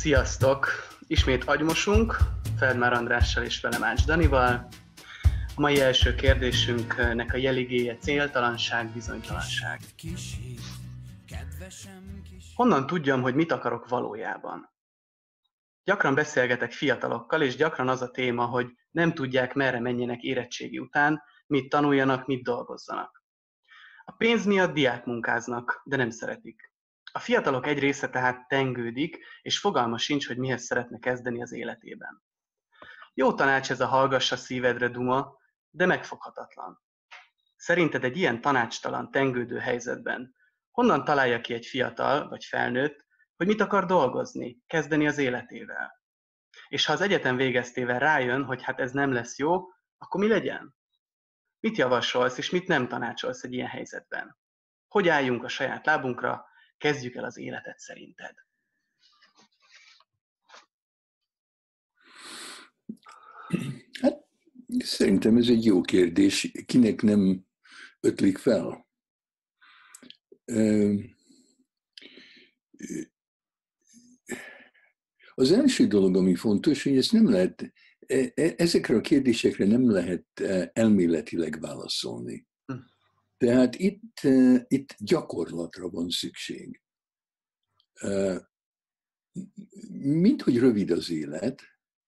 Sziasztok! Ismét agymosunk, Feldmár Andrással és velem Ács Danival. A mai első kérdésünknek a jeligéje céltalanság, bizonytalanság. Honnan tudjam, hogy mit akarok valójában? Gyakran beszélgetek fiatalokkal, és gyakran az a téma, hogy nem tudják, merre menjenek érettségi után, mit tanuljanak, mit dolgozzanak. A pénz miatt diákmunkáznak, de nem szeretik. A fiatalok egy része tehát tengődik, és fogalma sincs, hogy mihez szeretne kezdeni az életében. Jó tanács ez a hallgassa szívedre duma, de megfoghatatlan. Szerinted egy ilyen tanácstalan, tengődő helyzetben honnan találja ki egy fiatal vagy felnőtt, hogy mit akar dolgozni, kezdeni az életével? És ha az egyetem végeztével rájön, hogy hát ez nem lesz jó, akkor mi legyen? Mit javasolsz, és mit nem tanácsolsz egy ilyen helyzetben? Hogy álljunk a saját lábunkra, kezdjük el az életet szerinted? Hát szerintem ez egy jó kérdés. Kinek nem ötlik fel? Az első dolog, ami fontos, hogy ezt nem lehet, ezekre a kérdésekre nem lehet elméletileg válaszolni. Tehát itt gyakorlatra van szükség. Mint hogy rövid az élet,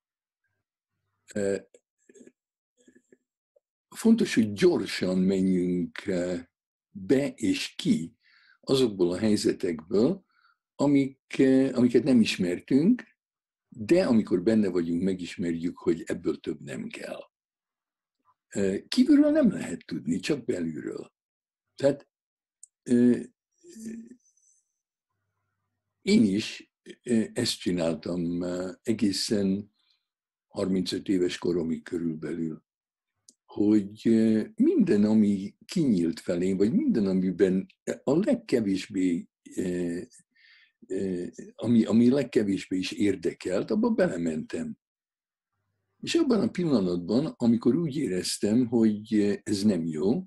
fontos, hogy gyorsan menjünk be és ki azokból a helyzetekből, amiket nem ismertünk, de amikor benne vagyunk, megismerjük, hogy ebből több nem kell. Kívülről nem lehet tudni, csak belülről. Tehát én is ezt csináltam egészen 35 éves koromig körülbelül, hogy minden, ami kinyílt felém, vagy minden, amiben a legkevésbé, ami legkevésbé is érdekelt, abba belementem. És abban a pillanatban, amikor úgy éreztem, hogy ez nem jó,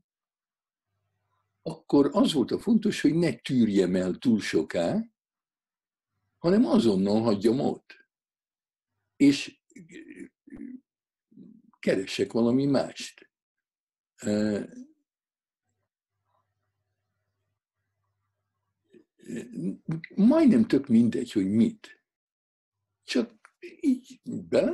akkor az volt a fontos, hogy ne tűrjem el túl soká, hanem azonnal hagyjam ott. És keressek valami mást. Majdnem tök mindegy, hogy mit. Csak így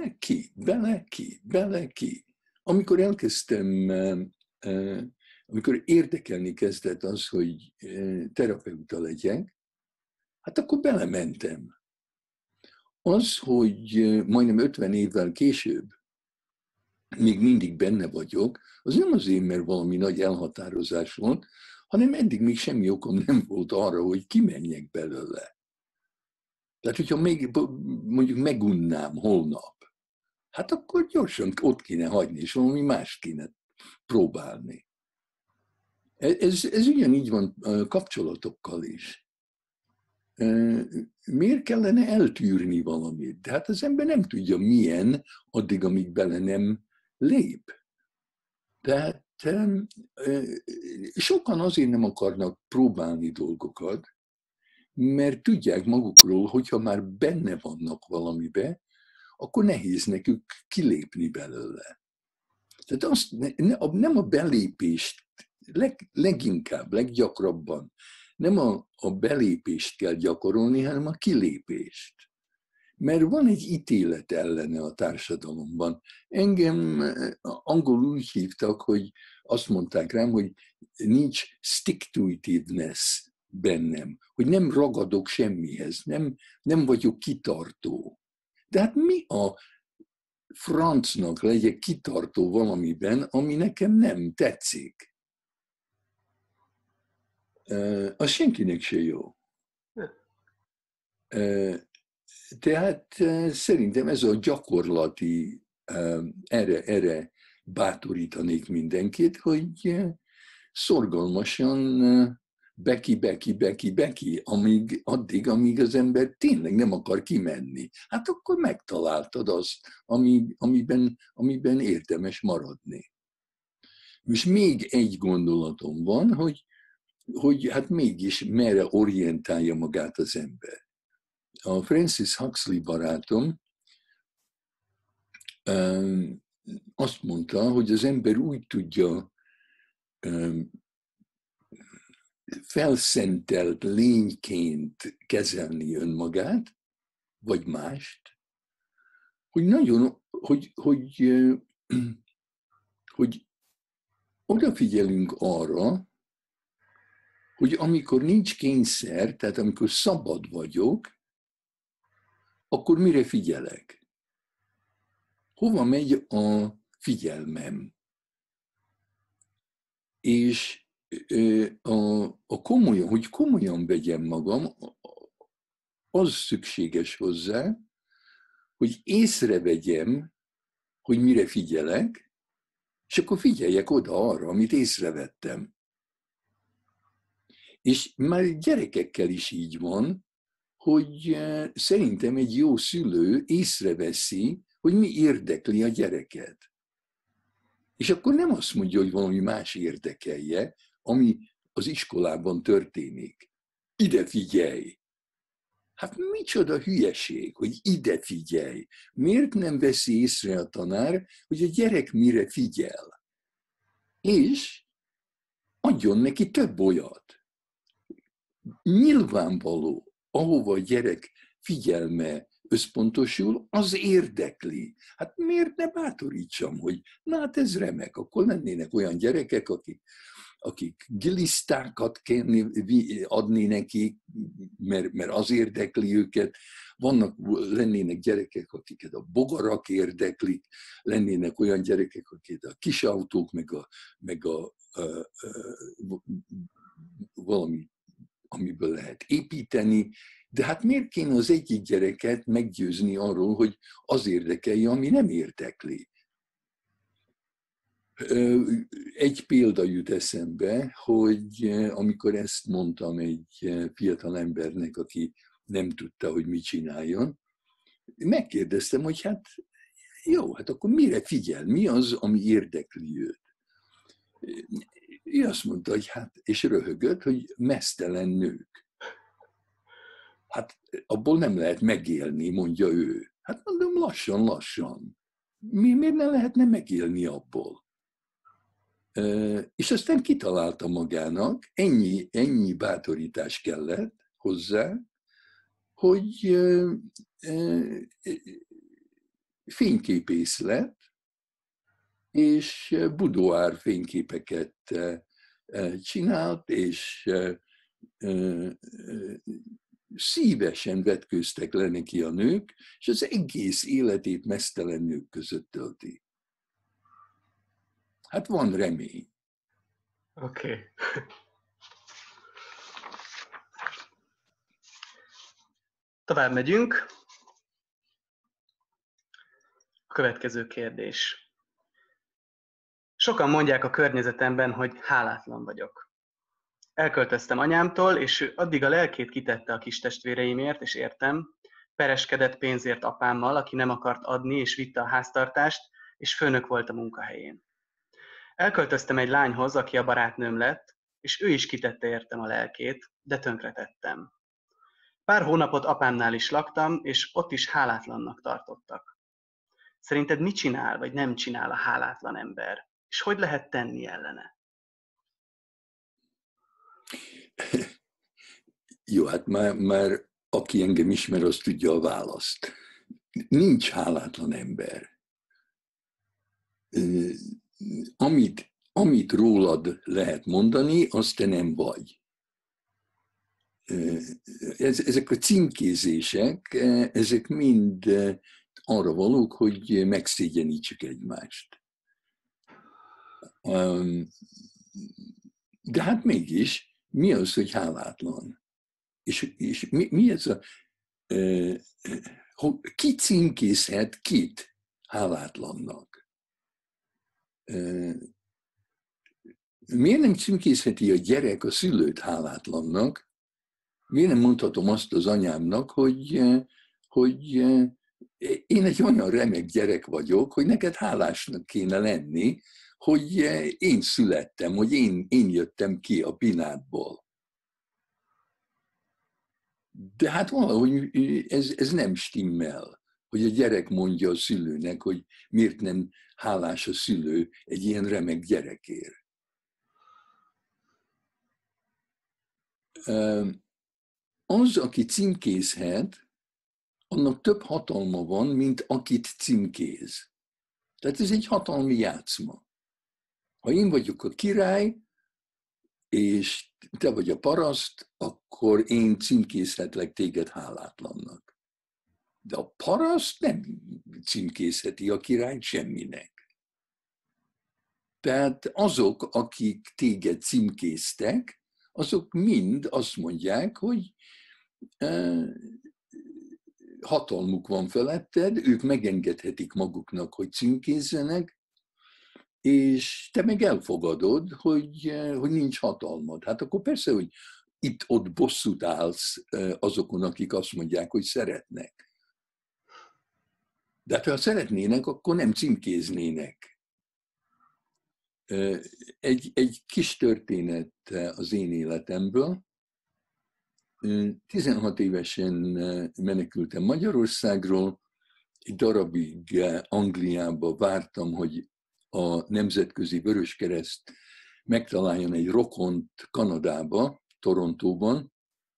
bele ki. Amikor elkezdtem, amikor érdekelni kezdett az, hogy terapeuta legyek, hát akkor belementem. Az, hogy majdnem 50 évvel később még mindig benne vagyok, az nem azért, mert valami nagy elhatározás volt, hanem eddig még semmi okom nem volt arra, hogy kimenjek belőle. Tehát, hogyha még mondjuk megunnám holnap, hát akkor gyorsan ott kéne hagyni, és valami más kéne próbálni. Ez ugyanígy van kapcsolatokkal is. Miért kellene eltűrni valamit? De hát az ember nem tudja milyen, addig, amíg bele nem lép. Tehát sokan azért nem akarnak próbálni dolgokat, mert tudják magukról, hogyha már benne vannak valamibe, akkor nehéz nekük kilépni belőle. Tehát nem a belépést, leginkább, leggyakrabban, nem a belépést kell gyakorolni, hanem a kilépést. Mert van egy ítélet ellene a társadalomban. Engem angolul úgy hívtak, hogy azt mondták rám, hogy nincs stick-to-itiveness bennem, hogy nem ragadok semmihez, nem vagyok kitartó. De hát mi a francnak legyek kitartó valamiben, ami nekem nem tetszik? Az senkinek se jó. Tehát szerintem ez a gyakorlati, erre bátorítanék mindenkit, hogy szorgalmasan beki, addig, amíg az ember tényleg nem akar kimenni. Hát akkor megtaláltad azt, amiben érdemes maradni. És még egy gondolatom van, hogy hát mégis merre orientálja magát az ember. a Francis Huxley barátom azt mondta, hogy az ember úgy tudja felszentelt lényként kezelni önmagát, vagy mást, hogy nagyon, hogy odafigyelünk arra, hogy amikor nincs kényszer, tehát amikor szabad vagyok, akkor mire figyelek? Hova megy a figyelmem? És hogy komolyan vegyem magam, az szükséges hozzá, hogy észrevegyem, hogy mire figyelek, és akkor figyeljek oda arra, amit észrevettem. És már gyerekekkel is így van, hogy szerintem egy jó szülő észreveszi, hogy mi érdekli a gyereket. És akkor nem azt mondja, hogy valami más érdekelje, ami az iskolában történik. Ide figyelj! Hát micsoda hülyeség, hogy ide figyelj! Miért nem veszi észre a tanár, hogy a gyerek mire figyel? És adjon neki több olyat. Nyilvánvaló, ahova a gyerek figyelme összpontosul, az érdekli. Hát miért ne bátorítsam, hogy na hát ez remek, akkor lennének olyan gyerekek, akik gilisztákat kéne adni nekik, mert az érdekli őket. Lennének gyerekek, akiket a bogarak érdeklik, lennének olyan gyerekek, akiket a kis autók, meg a valami, amiből lehet építeni, de hát miért kéne az egyik gyereket meggyőzni arról, hogy az érdekelje, ami nem érdekli? Egy példa jut eszembe, hogy amikor ezt mondtam egy fiatal embernek, aki nem tudta, hogy mit csináljon, megkérdeztem, hogy hát jó, hát akkor mire figyel? Mi az, ami érdekli őt? Ő azt mondta, hogy hát, és röhögött, hogy meztelen nők. Hát abból nem lehet megélni, mondja ő. Hát mondom, lassan. Miért ne lehetne megélni abból? És aztán kitalálta magának, ennyi bátorítás kellett hozzá, hogy fényképész lett, és budoár fényképeket csinált, és szívesen vetkőztek le neki a nők, és az egész életét meztelen nők között tölti. Hát van remény. Oké. Okay. Tovább megyünk. A következő kérdés. Sokan mondják a környezetemben, hogy hálátlan vagyok. Elköltöztem anyámtól, és ő addig a lelkét kitette a kis testvéreimért, és értem, pereskedett pénzért apámmal, aki nem akart adni, és vitte a háztartást, és főnök volt a munkahelyén. Elköltöztem egy lányhoz, aki a barátnőm lett, és ő is kitette értem a lelkét, de tönkretettem. Pár hónapot apámnál is laktam, és ott is hálátlannak tartottak. Szerinted mit csinál, vagy nem csinál a hálátlan ember? És hogy lehet tenni ellene? Jó, hát már aki engem ismer, az tudja a választ. Nincs hálátlan ember. Amit rólad lehet mondani, azt te nem vagy. Ezek a címkézések, ezek mind arra valók, hogy megszégyenítsük egymást. De hát mégis, mi az, hogy hálátlan? És mi ez a... Ki címkézhet kit hálátlannak? Miért nem címkézheti a gyerek a szülőt hálátlannak? Miért nem mondhatom azt az anyámnak, hogy én egy olyan remek gyerek vagyok, hogy neked hálásnak kéne lenni, hogy én születtem, hogy én jöttem ki a pinádból. De hát valahogy ez nem stimmel, hogy a gyerek mondja a szülőnek, hogy miért nem hálás a szülő egy ilyen remek gyerekért. Az, aki címkézhet, annak több hatalma van, mint akit címkéz. Tehát ez egy hatalmi játszma. Ha én vagyok a király, és te vagy a paraszt, akkor én címkézhetlek téged hálátlannak. De a paraszt nem címkézheti a királyt semminek. Tehát azok, akik téged címkéztek, azok mind azt mondják, hogy hatalmuk van feletted, ők megengedhetik maguknak, hogy címkézzenek, és te meg elfogadod, hogy nincs hatalmad. Hát akkor persze, hogy itt-ott bosszút állsz azokon, akik azt mondják, hogy szeretnek. De hát, ha szeretnének, akkor nem címkéznének. Egy kis történet az én életemből. 16 évesen menekültem Magyarországról, egy darabig Angliába vártam, hogy a Nemzetközi Vöröskereszt megtaláljon egy rokont Kanadába, Torontóban.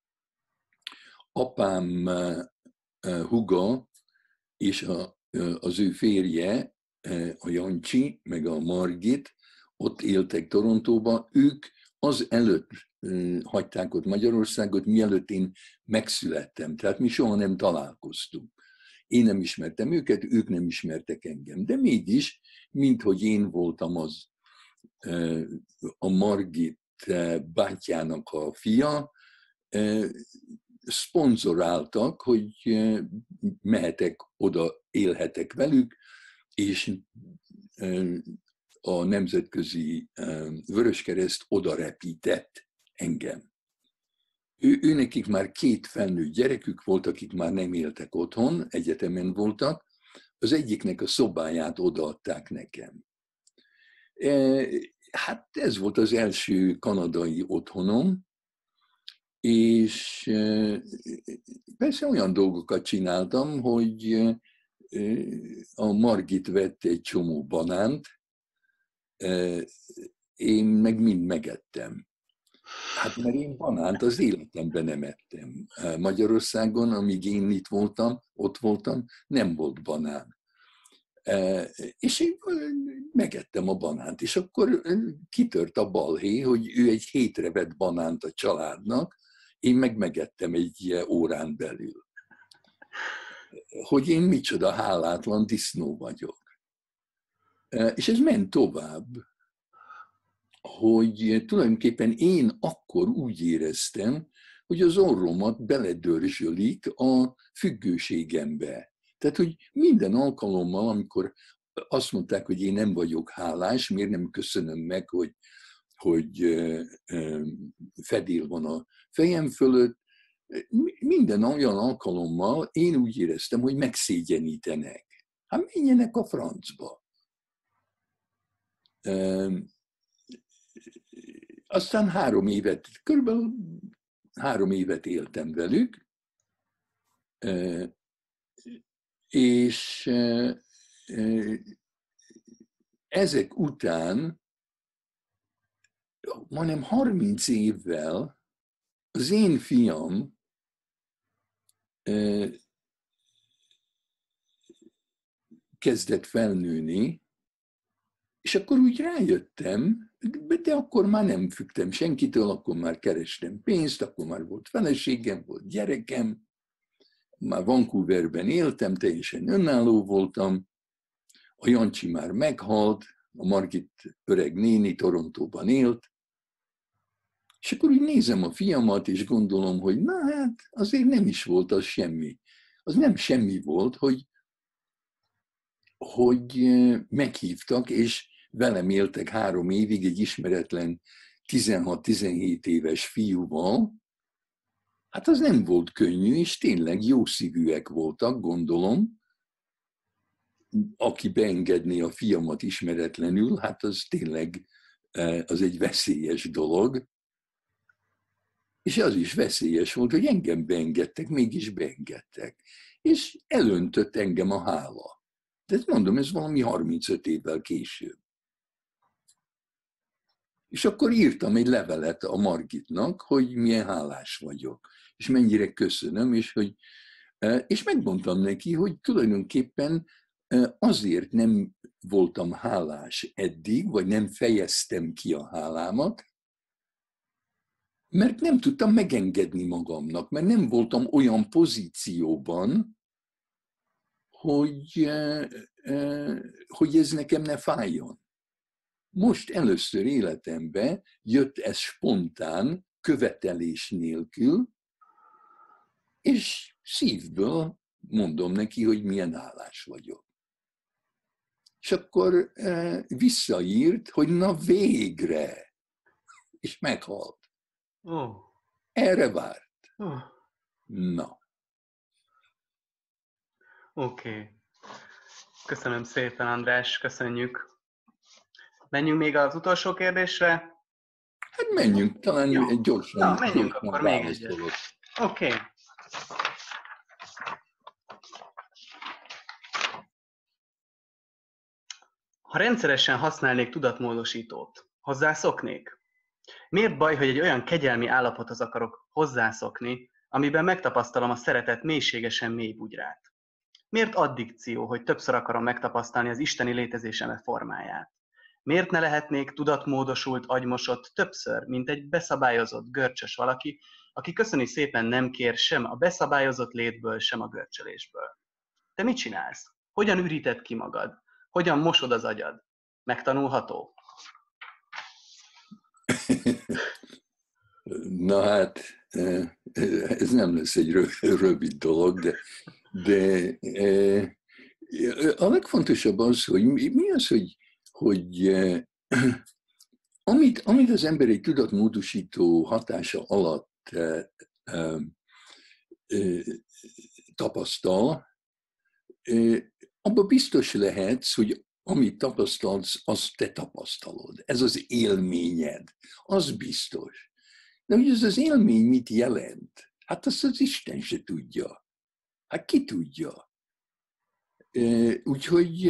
Apám húga és az ő férje, a Jancsi, meg a Margit, ott éltek Torontóban. Ők az előtt hagyták ott Magyarországot, mielőtt én megszülettem. Tehát mi soha nem találkoztunk. Én nem ismertem őket, ők nem ismertek engem. De mégis, minthogy én voltam az a Margit bátyjának a fia, szponzoráltak, hogy mehetek oda, élhetek velük, és a Nemzetközi Vöröskereszt oda repített engem. Őnekik már 2 felnőtt gyerekük volt, akik már nem éltek otthon, egyetemen voltak, az egyiknek a szobáját odaadták nekem. Hát ez volt az első kanadai otthonom, és persze olyan dolgokat csináltam, hogy a Margit vett egy csomó banánt, én meg mind megettem. Hát mert én banánt az életemben nem ettem. Magyarországon, amíg én ott voltam, nem volt banán. És én megettem a banánt, és akkor kitört a balhé, hogy ő egy hétre vett banánt a családnak, én meg megettem egy órán belül. Hogy én micsoda hálátlan disznó vagyok. És ez ment tovább, hogy tulajdonképpen én akkor úgy éreztem, hogy az orromat beledörzsölik a függőségembe. Tehát, hogy minden alkalommal, amikor azt mondták, hogy én nem vagyok hálás, miért nem köszönöm meg, hogy fedél van a fejem fölött, minden olyan alkalommal én úgy éreztem, hogy megszégyenítenek. Hát menjenek a francba. Aztán körülbelül 3 évet éltem velük, és ezek után majdnem 30 évvel az én fiam kezdett felnőni, és akkor úgy rájöttem, de akkor már nem függtem senkitől, akkor már kerestem pénzt, akkor már volt feleségem, volt gyerekem, már Vancouverben éltem, teljesen önálló voltam, a Jancsi már meghalt, a Margit öreg néni Torontóban élt, és akkor úgy nézem a fiamat, és gondolom, hogy na hát azért nem is volt az semmi. Az nem semmi volt, hogy meghívtak, és velem éltek 3 évig egy ismeretlen 16-17 éves fiúval. Hát az nem volt könnyű, és tényleg jó szívűek voltak, gondolom. Aki beengedné a fiamat ismeretlenül, hát az tényleg az egy veszélyes dolog. És az is veszélyes volt, hogy engem beengedtek, mégis beengedtek. És elöntött engem a hála. De mondom, ez valami 35 évvel később. És akkor írtam egy levelet a Margitnak, hogy milyen hálás vagyok, és mennyire köszönöm, és megmondtam neki, hogy tulajdonképpen azért nem voltam hálás eddig, vagy nem fejeztem ki a hálámat, mert nem tudtam megengedni magamnak, mert nem voltam olyan pozícióban, hogy ez nekem ne fájjon. Most először életemben jött ez spontán, követelés nélkül, és szívből mondom neki, hogy milyen hálás vagyok. És akkor visszaírt, hogy na végre, és meghalt. Oh. Erre várt. Oh. Na. Oké. Köszönöm szépen, András, köszönjük. Menjünk még az utolsó kérdésre? Hát menjünk, talán jó. Gyorsan. Na, menjünk akkor még egyet. Oké. Ha rendszeresen használnék tudatmódosítót, hozzászoknék? Miért baj, hogy egy olyan kegyelmi állapothoz akarok hozzászokni, amiben megtapasztalom a szeretet mélységesen mély bugyrát? Miért addikció, hogy többször akarom megtapasztalni az isteni létezésem formáját? Miért ne lehetnék tudatmódosult, agymosott többször, mint egy beszabályozott, görcsös valaki, aki köszöni szépen nem kér sem a beszabályozott létből, sem a görcsölésből? Te mit csinálsz? Hogyan üríted ki magad? Hogyan mosod az agyad? Megtanulható? Na hát, ez nem lesz egy rövid dolog, de a legfontosabb az, hogy mi az, hogy amit az ember egy tudatmódosító hatása alatt tapasztal, abban biztos lehetsz, hogy amit tapasztalsz, azt te tapasztalod. Ez az élményed. Az biztos. De hogy ez az élmény mit jelent? Hát azt az Isten se tudja. Hát ki tudja? Úgyhogy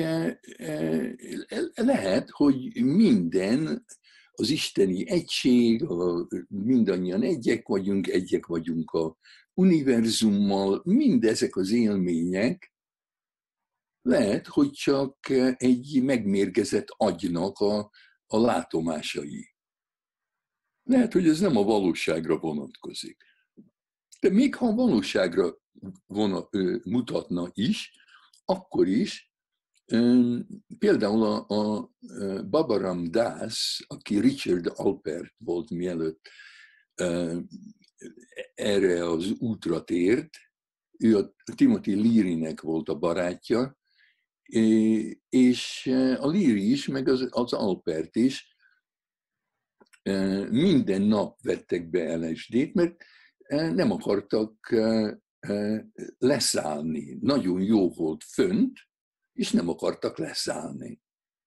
lehet, hogy minden az isteni egység, mindannyian egyek vagyunk a univerzummal, mindezek az élmények, lehet, hogy csak egy megmérgezett agynak a látomásai. Lehet, hogy ez nem a valóságra vonatkozik. De még ha a valóságra mutatna is, akkor is, például a Babaram Das, aki Richard Alpert volt mielőtt erre az útra tért, ő a Timothy Learynek volt a barátja, és a Leary is, meg az Alpert is minden nap vettek be LSD-t, mert nem akartak leszállni. Nagyon jó volt fönt, és nem akartak leszállni.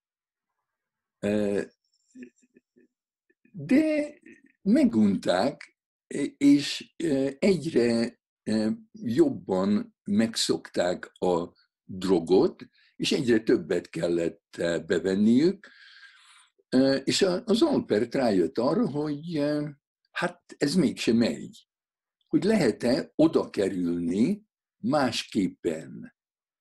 De megunták, és egyre jobban megszokták a drogot, és egyre többet kellett bevenniük, és az Alpert rájött arra, hogy hát ez mégsem megy. Hogy lehet-e oda kerülni másképpen.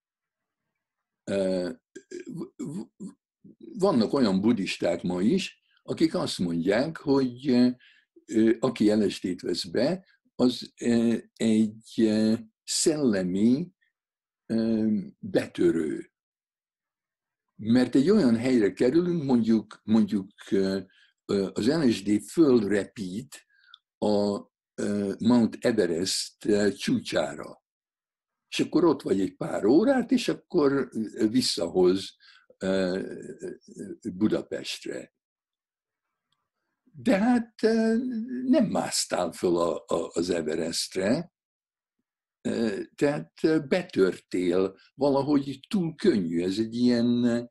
Vannak olyan buddhisták ma is, akik azt mondják, hogy aki LSD-t vesz be, az egy szellemi betörő. Mert egy olyan helyre kerülünk, mondjuk az LSD fölrepít a Mount Everest csúcsára. És akkor ott vagy egy pár órát, és akkor visszahoz Budapestre. De hát nem másztál föl az Everestre, tehát betörtél, valahogy túl könnyű. Ez egy ilyen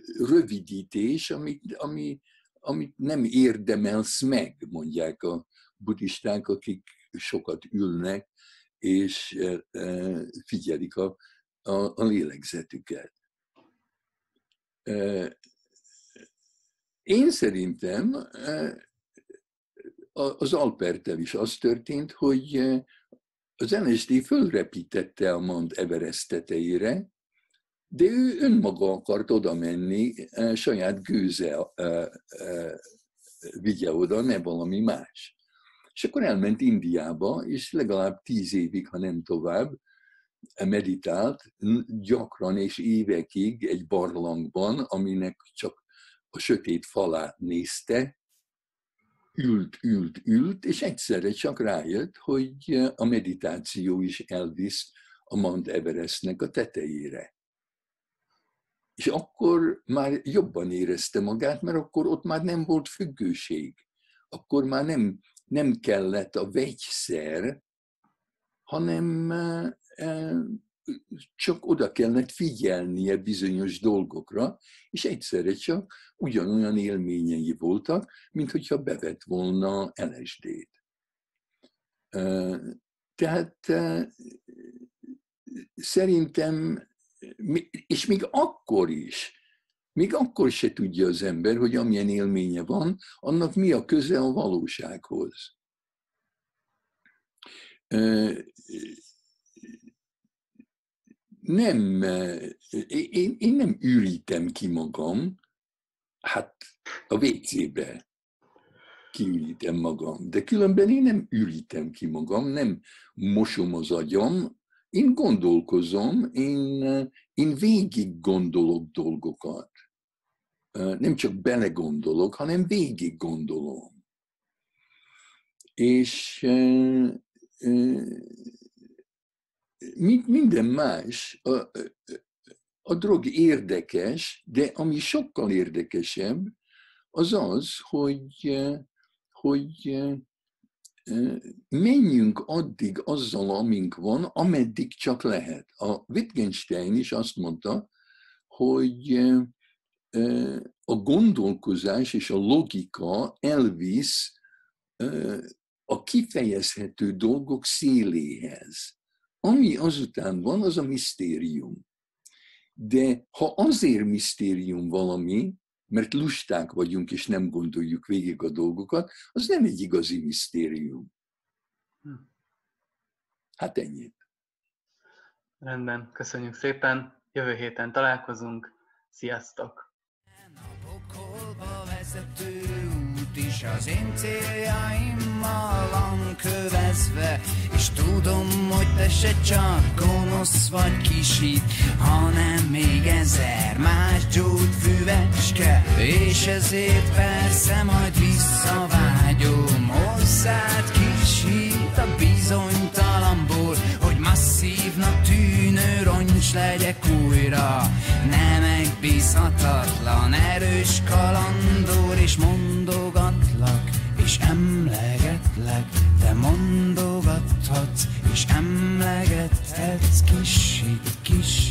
rövidítés, amit nem érdemelsz meg, mondják a buddhisták, akik sokat ülnek, és figyelik a lélegzetüket. Én szerintem az Alperttel is az történt, hogy az LSD fölrepítette a Mount Everest tetejére, de ő önmaga akart oda menni, saját gőze vigye oda, ne valami más. És akkor elment Indiába, és legalább 10 évig, ha nem tovább, meditált, gyakran és évekig egy barlangban, aminek csak a sötét falát nézte, ült, és egyszerre csak rájött, hogy a meditáció is elvisz a Mount Everestnek a tetejére. És akkor már jobban érezte magát, mert akkor ott már nem volt függőség. Akkor már nem kellett a vegyszer, hanem csak oda kellett figyelnie bizonyos dolgokra, és egyszerre csak ugyanolyan élményei voltak, mint hogyha bevett volna LSD-t. Tehát szerintem, és még akkor se tudja az ember, hogy amilyen élménye van, annak mi a köze a valósághoz. Én nem ürítem ki magam, hát a WC-be kiürítem magam, de különben én nem ürítem ki magam, nem mosom az agyam, én gondolkozom, én végig gondolok dolgokat. Nem csak belegondolok, hanem végig gondolom. És minden más, a drog érdekes, de ami sokkal érdekesebb, az az, hogy menjünk addig azzal, amink van, ameddig csak lehet. A Wittgenstein is azt mondta, hogy a gondolkozás és a logika elvisz a kifejezhető dolgok széléhez. Ami azután van, az a misztérium. De ha azért misztérium valami, mert lusták vagyunk és nem gondoljuk végig a dolgokat, az nem egy igazi misztérium. Hát ennyit. Rendben, köszönjük szépen. Jövő héten találkozunk. Sziasztok! Vezető út is az én céljaimmal van kövezve, és tudom, hogy te se csak gonosz vagy kicsit, hanem még 1000 más gyógyfüvecske, és ezért persze majd visszavágyom hozzád kicsit a bizonytalanból, hogy masszívnak tűnő roncs legyek újra, ne megbízhatatlan, erős kalandor, és mondogatlak, és emlegetlek, te mondogathatsz, és emlegethetsz kicsit, kicsit.